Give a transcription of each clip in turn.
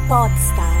Podstar.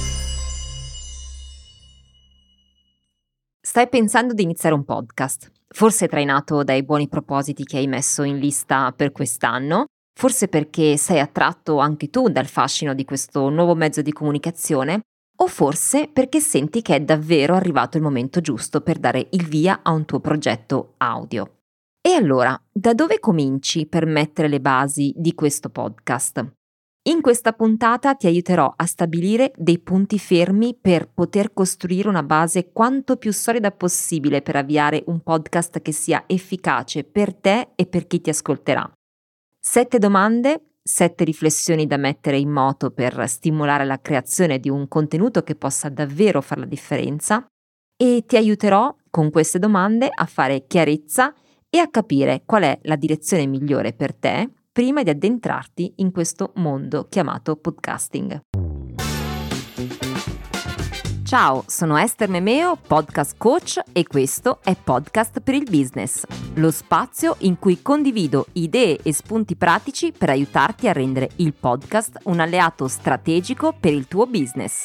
Stai pensando di iniziare un podcast, forse trainato dai buoni propositi che hai messo in lista per quest'anno, forse perché sei attratto anche tu dal fascino di questo nuovo mezzo di comunicazione, o forse perché senti che è davvero arrivato il momento giusto per dare il via a un tuo progetto audio. E allora, da dove cominci per mettere le basi di questo podcast? In questa puntata ti aiuterò a stabilire dei punti fermi per poter costruire una base quanto più solida possibile per avviare un podcast che sia efficace per te e per chi ti ascolterà. 7 domande, 7 riflessioni da mettere in moto per stimolare la creazione di un contenuto che possa davvero fare la differenza e ti aiuterò con queste domande a fare chiarezza e a capire qual è la direzione migliore per te prima di addentrarti in questo mondo chiamato podcasting. Ciao, sono Esther Nemeo, podcast coach e questo è Podcast per il Business, lo spazio in cui condivido idee e spunti pratici per aiutarti a rendere il podcast un alleato strategico per il tuo business.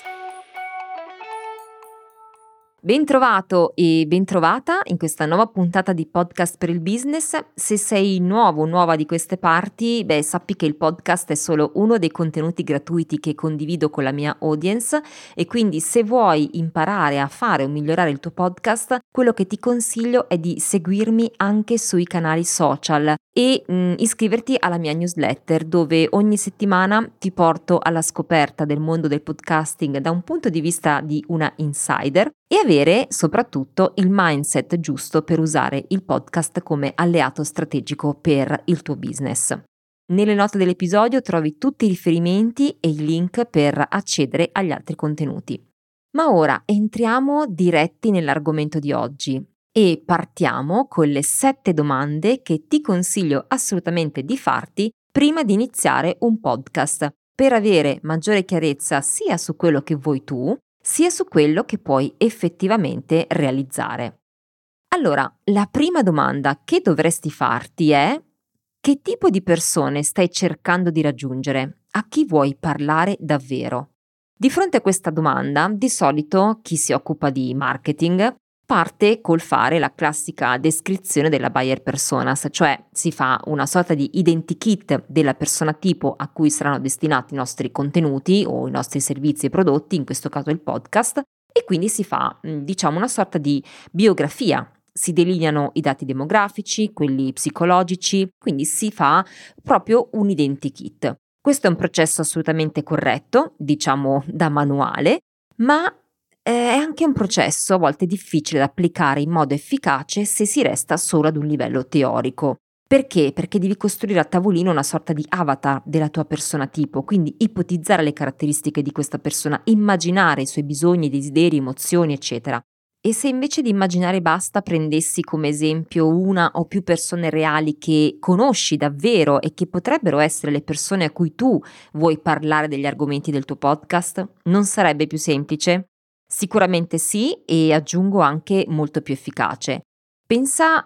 Bentrovato e bentrovata in questa nuova puntata di Podcast per il Business. Se sei nuovo o nuova di queste parti, sappi che il podcast è solo uno dei contenuti gratuiti che condivido con la mia audience e quindi se vuoi imparare a fare o migliorare il tuo podcast, quello che ti consiglio è di seguirmi anche sui canali social e iscriverti alla mia newsletter dove ogni settimana ti porto alla scoperta del mondo del podcasting da un punto di vista di una insider e avere soprattutto il mindset giusto per usare il podcast come alleato strategico per il tuo business. Nelle note dell'episodio trovi tutti i riferimenti e i link per accedere agli altri contenuti. Ma ora entriamo diretti nell'argomento di oggi e partiamo con le 7 domande che ti consiglio assolutamente di farti prima di iniziare un podcast per avere maggiore chiarezza sia su quello che vuoi tu, sia su quello che puoi effettivamente realizzare. Allora, la prima domanda che dovresti farti è: che tipo di persone stai cercando di raggiungere? A chi vuoi parlare davvero? Di fronte a questa domanda, di solito chi si occupa di marketing parte col fare la classica descrizione della buyer personas, cioè si fa una sorta di identikit della persona tipo a cui saranno destinati i nostri contenuti o i nostri servizi e prodotti, in questo caso il podcast, e quindi si fa, una sorta di biografia. Si delineano i dati demografici, quelli psicologici, quindi si fa proprio un identikit. Questo è un processo assolutamente corretto, da manuale, ma è anche un processo a volte difficile da applicare in modo efficace se si resta solo ad un livello teorico. Perché? Perché devi costruire a tavolino una sorta di avatar della tua persona tipo, quindi ipotizzare le caratteristiche di questa persona, immaginare i suoi bisogni, desideri, emozioni, eccetera. E se invece di immaginare basta prendessi come esempio una o più persone reali che conosci davvero e che potrebbero essere le persone a cui tu vuoi parlare degli argomenti del tuo podcast, non sarebbe più semplice? Sicuramente sì, e aggiungo anche molto più efficace. Pensa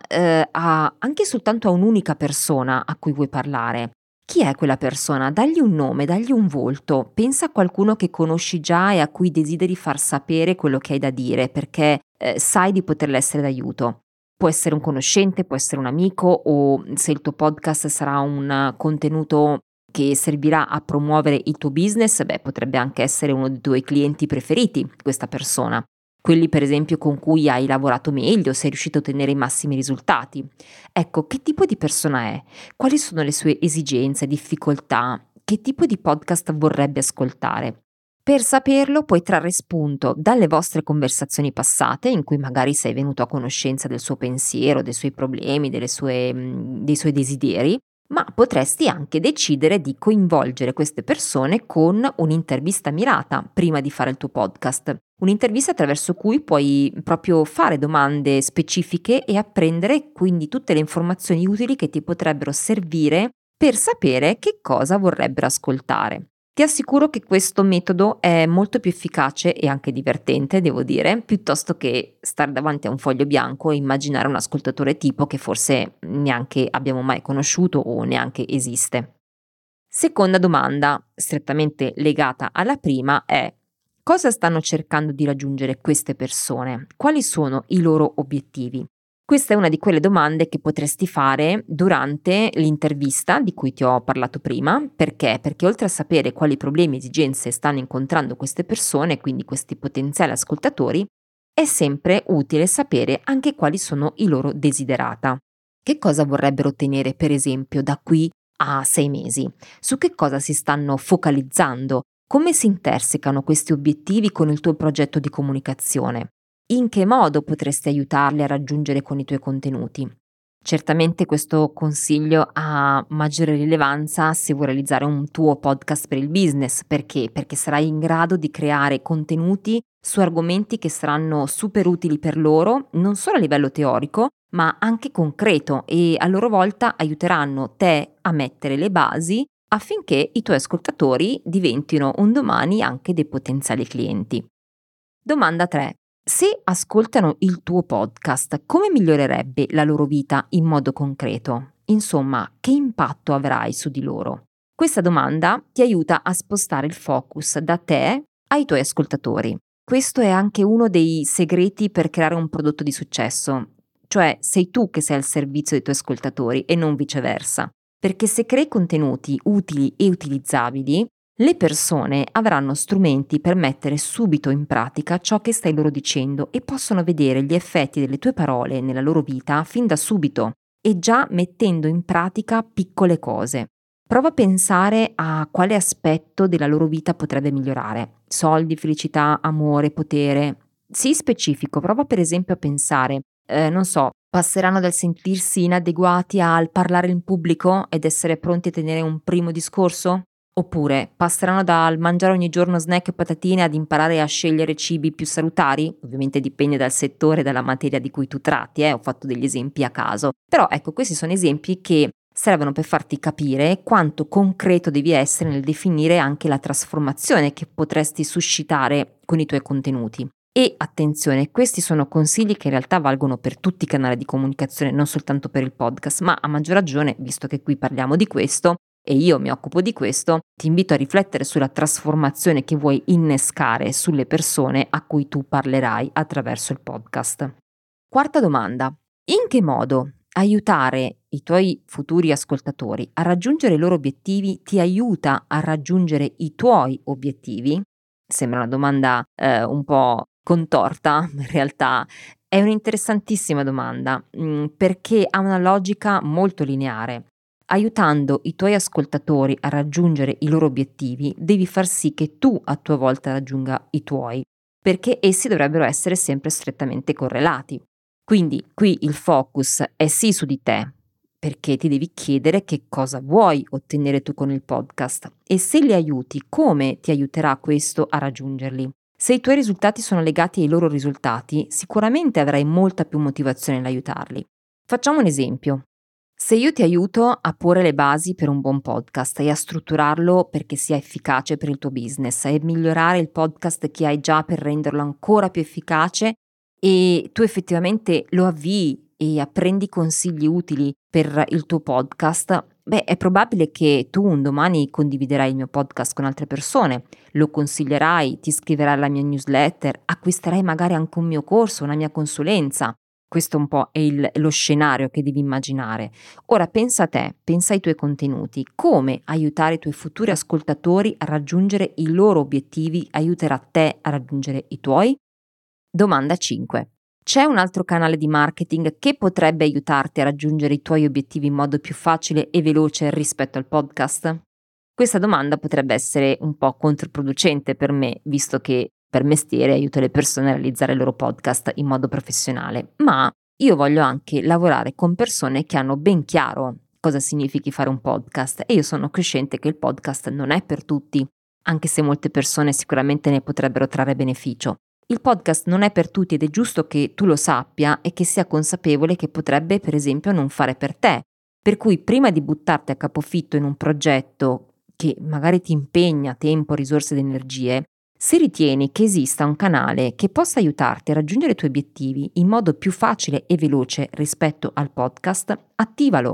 anche soltanto a un'unica persona a cui vuoi parlare. Chi è quella persona? Dagli un nome, dagli un volto. Pensa a qualcuno che conosci già e a cui desideri far sapere quello che hai da dire, perché sai di poterle essere d'aiuto. Può essere un conoscente, può essere un amico o se il tuo podcast sarà un contenuto che servirà a promuovere il tuo business, potrebbe anche essere uno dei tuoi clienti preferiti, questa persona. Quelli per esempio con cui hai lavorato meglio, sei riuscito a ottenere i massimi risultati. Ecco, che tipo di persona è? Quali sono le sue esigenze, difficoltà? Che tipo di podcast vorrebbe ascoltare? Per saperlo puoi trarre spunto dalle vostre conversazioni passate in cui magari sei venuto a conoscenza del suo pensiero, dei suoi problemi, dei suoi desideri, ma potresti anche decidere di coinvolgere queste persone con un'intervista mirata prima di fare il tuo podcast. Un'intervista attraverso cui puoi proprio fare domande specifiche e apprendere quindi tutte le informazioni utili che ti potrebbero servire per sapere che cosa vorrebbero ascoltare. Ti assicuro che questo metodo è molto più efficace e anche divertente, devo dire, piuttosto che stare davanti a un foglio bianco e immaginare un ascoltatore tipo che forse neanche abbiamo mai conosciuto o neanche esiste. Seconda domanda, strettamente legata alla prima, è: cosa stanno cercando di raggiungere queste persone? Quali sono i loro obiettivi? Questa è una di quelle domande che potresti fare durante l'intervista di cui ti ho parlato prima. Perché? Perché oltre a sapere quali problemi e esigenze stanno incontrando queste persone, quindi questi potenziali ascoltatori, è sempre utile sapere anche quali sono i loro desiderata. Che cosa vorrebbero ottenere, per esempio, da qui a 6 mesi? Su che cosa si stanno focalizzando? Come si intersecano questi obiettivi con il tuo progetto di comunicazione? In che modo potresti aiutarli a raggiungere con i tuoi contenuti? Certamente questo consiglio ha maggiore rilevanza se vuoi realizzare un tuo podcast per il business. Perché? Perché sarai in grado di creare contenuti su argomenti che saranno super utili per loro, non solo a livello teorico, ma anche concreto, e a loro volta aiuteranno te a mettere le basi affinché i tuoi ascoltatori diventino un domani anche dei potenziali clienti. Domanda 3. Se ascoltano il tuo podcast, come migliorerebbe la loro vita in modo concreto? Insomma, che impatto avrai su di loro? Questa domanda ti aiuta a spostare il focus da te ai tuoi ascoltatori. Questo è anche uno dei segreti per creare un prodotto di successo, cioè sei tu che sei al servizio dei tuoi ascoltatori e non viceversa. Perché se crei contenuti utili e utilizzabili, le persone avranno strumenti per mettere subito in pratica ciò che stai loro dicendo e possono vedere gli effetti delle tue parole nella loro vita fin da subito e già mettendo in pratica piccole cose. Prova a pensare a quale aspetto della loro vita potrebbe migliorare. Soldi, felicità, amore, potere. Sii specifico, prova per esempio a pensare, non so, passeranno dal sentirsi inadeguati al parlare in pubblico ed essere pronti a tenere un primo discorso? Oppure passeranno dal mangiare ogni giorno snack e patatine ad imparare a scegliere cibi più salutari? Ovviamente dipende dal settore e dalla materia di cui tu tratti, ho fatto degli esempi a caso. Però ecco, questi sono esempi che servono per farti capire quanto concreto devi essere nel definire anche la trasformazione che potresti suscitare con i tuoi contenuti. E attenzione, questi sono consigli che in realtà valgono per tutti i canali di comunicazione, non soltanto per il podcast, ma a maggior ragione, visto che qui parliamo di questo, e io mi occupo di questo, ti invito a riflettere sulla trasformazione che vuoi innescare sulle persone a cui tu parlerai attraverso il podcast. Quarta domanda. In che modo aiutare i tuoi futuri ascoltatori a raggiungere i loro obiettivi ti aiuta a raggiungere i tuoi obiettivi? Sembra una domanda un po' contorta, in realtà è un'interessantissima domanda perché ha una logica molto lineare. Aiutando i tuoi ascoltatori a raggiungere i loro obiettivi, devi far sì che tu a tua volta raggiunga i tuoi, perché essi dovrebbero essere sempre strettamente correlati. Quindi qui il focus è sì su di te, perché ti devi chiedere che cosa vuoi ottenere tu con il podcast e se li aiuti, come ti aiuterà questo a raggiungerli. Se i tuoi risultati sono legati ai loro risultati, sicuramente avrai molta più motivazione nell'aiutarli. Facciamo un esempio. Se io ti aiuto a porre le basi per un buon podcast e a strutturarlo perché sia efficace per il tuo business e migliorare il podcast che hai già per renderlo ancora più efficace e tu effettivamente lo avvii e apprendi consigli utili per il tuo podcast, è probabile che tu un domani condividerai il mio podcast con altre persone, lo consiglierai, ti iscriverai alla mia newsletter, acquisterai magari anche un mio corso, una mia consulenza. Questo un po' è lo scenario che devi immaginare. Ora pensa a te, pensa ai tuoi contenuti, come aiutare i tuoi futuri ascoltatori a raggiungere i loro obiettivi aiuterà te a raggiungere i tuoi? Domanda 5. C'è un altro canale di marketing che potrebbe aiutarti a raggiungere i tuoi obiettivi in modo più facile e veloce rispetto al podcast? Questa domanda potrebbe essere un po' controproducente per me, visto che per mestiere aiuto le persone a realizzare il loro podcast in modo professionale, ma io voglio anche lavorare con persone che hanno ben chiaro cosa significhi fare un podcast e io sono cosciente che il podcast non è per tutti, anche se molte persone sicuramente ne potrebbero trarre beneficio. Il podcast non è per tutti ed è giusto che tu lo sappia e che sia consapevole che potrebbe, per esempio, non fare per te. Per cui prima di buttarti a capofitto in un progetto che magari ti impegna tempo, risorse ed energie, se ritieni che esista un canale che possa aiutarti a raggiungere i tuoi obiettivi in modo più facile e veloce rispetto al podcast, attivalo.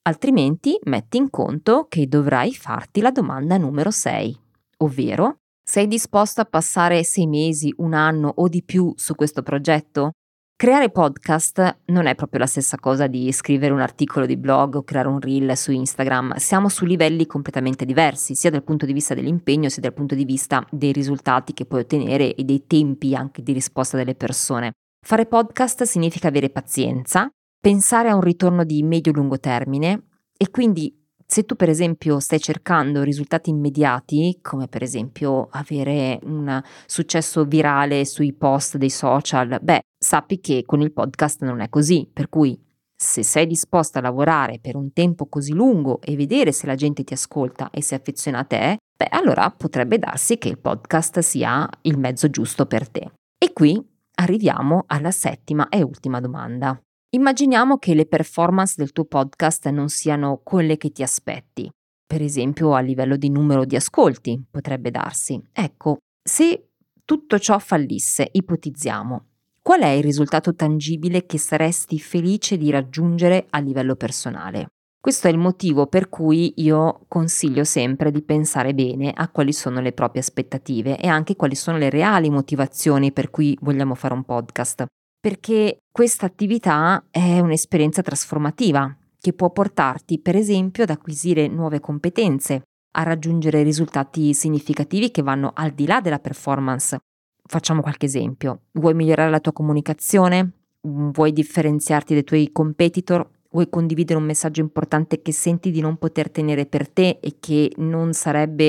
Altrimenti metti in conto che dovrai farti la domanda numero 6, ovvero: sei disposto a passare 6 mesi, 1 anno o di più su questo progetto? Creare podcast non è proprio la stessa cosa di scrivere un articolo di blog o creare un reel su Instagram. Siamo su livelli completamente diversi, sia dal punto di vista dell'impegno, sia dal punto di vista dei risultati che puoi ottenere e dei tempi anche di risposta delle persone. Fare podcast significa avere pazienza, pensare a un ritorno di medio-lungo termine e quindi se tu per esempio stai cercando risultati immediati, come per esempio avere un successo virale sui post dei social, sappi che con il podcast non è così, per cui se sei disposta a lavorare per un tempo così lungo e vedere se la gente ti ascolta e si affeziona a te, allora potrebbe darsi che il podcast sia il mezzo giusto per te. E qui arriviamo alla settima e ultima domanda. Immaginiamo che le performance del tuo podcast non siano quelle che ti aspetti, per esempio a livello di numero di ascolti potrebbe darsi. Ecco, se tutto ciò fallisse, ipotizziamo, qual è il risultato tangibile che saresti felice di raggiungere a livello personale? Questo è il motivo per cui io consiglio sempre di pensare bene a quali sono le proprie aspettative e anche quali sono le reali motivazioni per cui vogliamo fare un podcast. Perché questa attività è un'esperienza trasformativa che può portarti, per esempio, ad acquisire nuove competenze, a raggiungere risultati significativi che vanno al di là della performance. Facciamo qualche esempio. Vuoi migliorare la tua comunicazione? Vuoi differenziarti dai tuoi competitor? Vuoi condividere un messaggio importante che senti di non poter tenere per te e che non sarebbe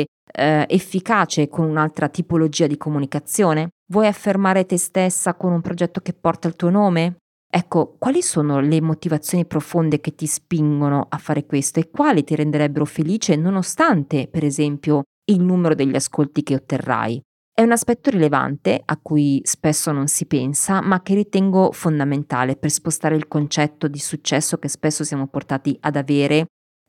efficace con un'altra tipologia di comunicazione? Vuoi affermare te stessa con un progetto che porta il tuo nome? Ecco, quali sono le motivazioni profonde che ti spingono a fare questo e quali ti renderebbero felice nonostante, per esempio, il numero degli ascolti che otterrai? È un aspetto rilevante a cui spesso non si pensa, ma che ritengo fondamentale per spostare il concetto di successo che spesso siamo portati ad avere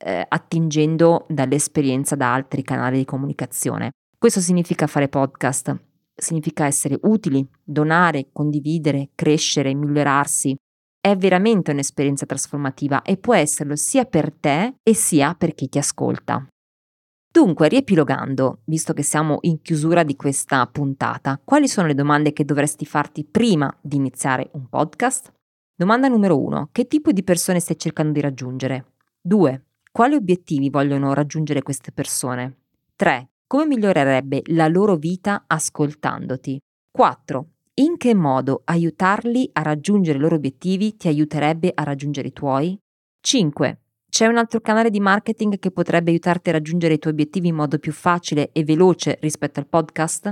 attingendo dall'esperienza da altri canali di comunicazione. Questo significa fare podcast, significa essere utili, donare, condividere, crescere, migliorarsi. È veramente un'esperienza trasformativa e può esserlo sia per te e sia per chi ti ascolta. Dunque, riepilogando, visto che siamo in chiusura di questa puntata, quali sono le domande che dovresti farti prima di iniziare un podcast? Domanda numero 1. Che tipo di persone stai cercando di raggiungere? 2. Quali obiettivi vogliono raggiungere queste persone? 3. Come migliorerebbe la loro vita ascoltandoti? 4. In che modo aiutarli a raggiungere i loro obiettivi ti aiuterebbe a raggiungere i tuoi? 5. C'è un altro canale di marketing che potrebbe aiutarti a raggiungere i tuoi obiettivi in modo più facile e veloce rispetto al podcast?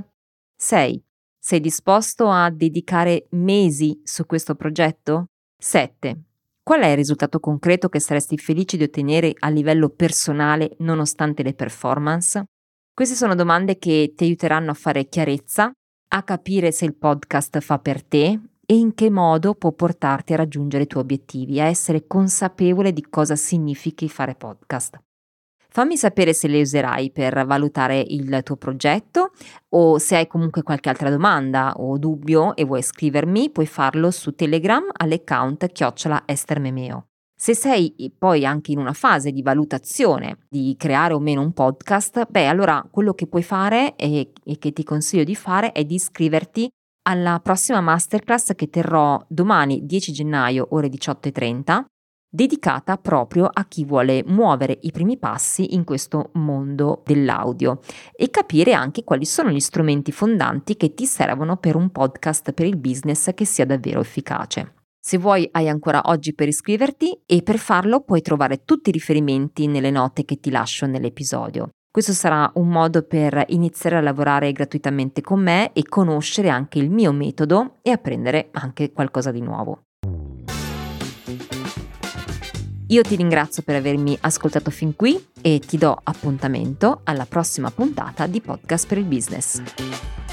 6. Sei disposto a dedicare mesi su questo progetto? 7. Qual è il risultato concreto che saresti felice di ottenere a livello personale nonostante le performance? Queste sono domande che ti aiuteranno a fare chiarezza, a capire se il podcast fa per te e in che modo può portarti a raggiungere i tuoi obiettivi, a essere consapevole di cosa significhi fare podcast. Fammi sapere se le userai per valutare il tuo progetto o se hai comunque qualche altra domanda o dubbio e vuoi scrivermi, puoi farlo su Telegram all'account @estermemeo. Se sei poi anche in una fase di valutazione di creare o meno un podcast, allora quello che puoi fare e che ti consiglio di fare è di iscriverti alla prossima masterclass che terrò domani 10 gennaio ore 18:30, dedicata proprio a chi vuole muovere i primi passi in questo mondo dell'audio e capire anche quali sono gli strumenti fondanti che ti servono per un podcast per il business che sia davvero efficace. Se vuoi hai ancora oggi per iscriverti e per farlo puoi trovare tutti i riferimenti nelle note che ti lascio nell'episodio. Questo sarà un modo per iniziare a lavorare gratuitamente con me e conoscere anche il mio metodo e apprendere anche qualcosa di nuovo. Io ti ringrazio per avermi ascoltato fin qui e ti do appuntamento alla prossima puntata di Podcast per il Business.